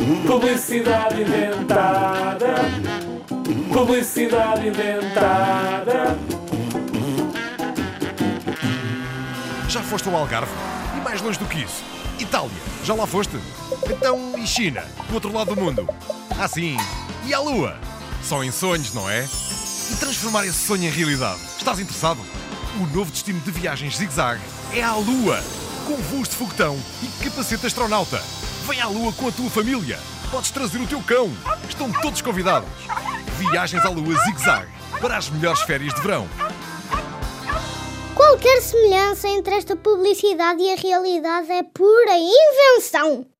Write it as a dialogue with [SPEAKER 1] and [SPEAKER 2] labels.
[SPEAKER 1] Publicidade inventada. Publicidade inventada.
[SPEAKER 2] Já foste ao Algarve? E mais longe do que isso? Itália, já lá foste? Então, e China, do outro lado do mundo? Ah, sim. E a Lua? Só em sonhos, não é? E transformar esse sonho em realidade? Estás interessado? O novo destino de viagens Zig-Zag é à Lua, com voos de foguetão e capacete astronauta. Vem à Lua com a tua família. Podes trazer o teu cão. Estão todos convidados. Viagens à Lua Zig-Zag para as melhores férias de verão.
[SPEAKER 3] Qualquer semelhança entre esta publicidade e a realidade é pura invenção.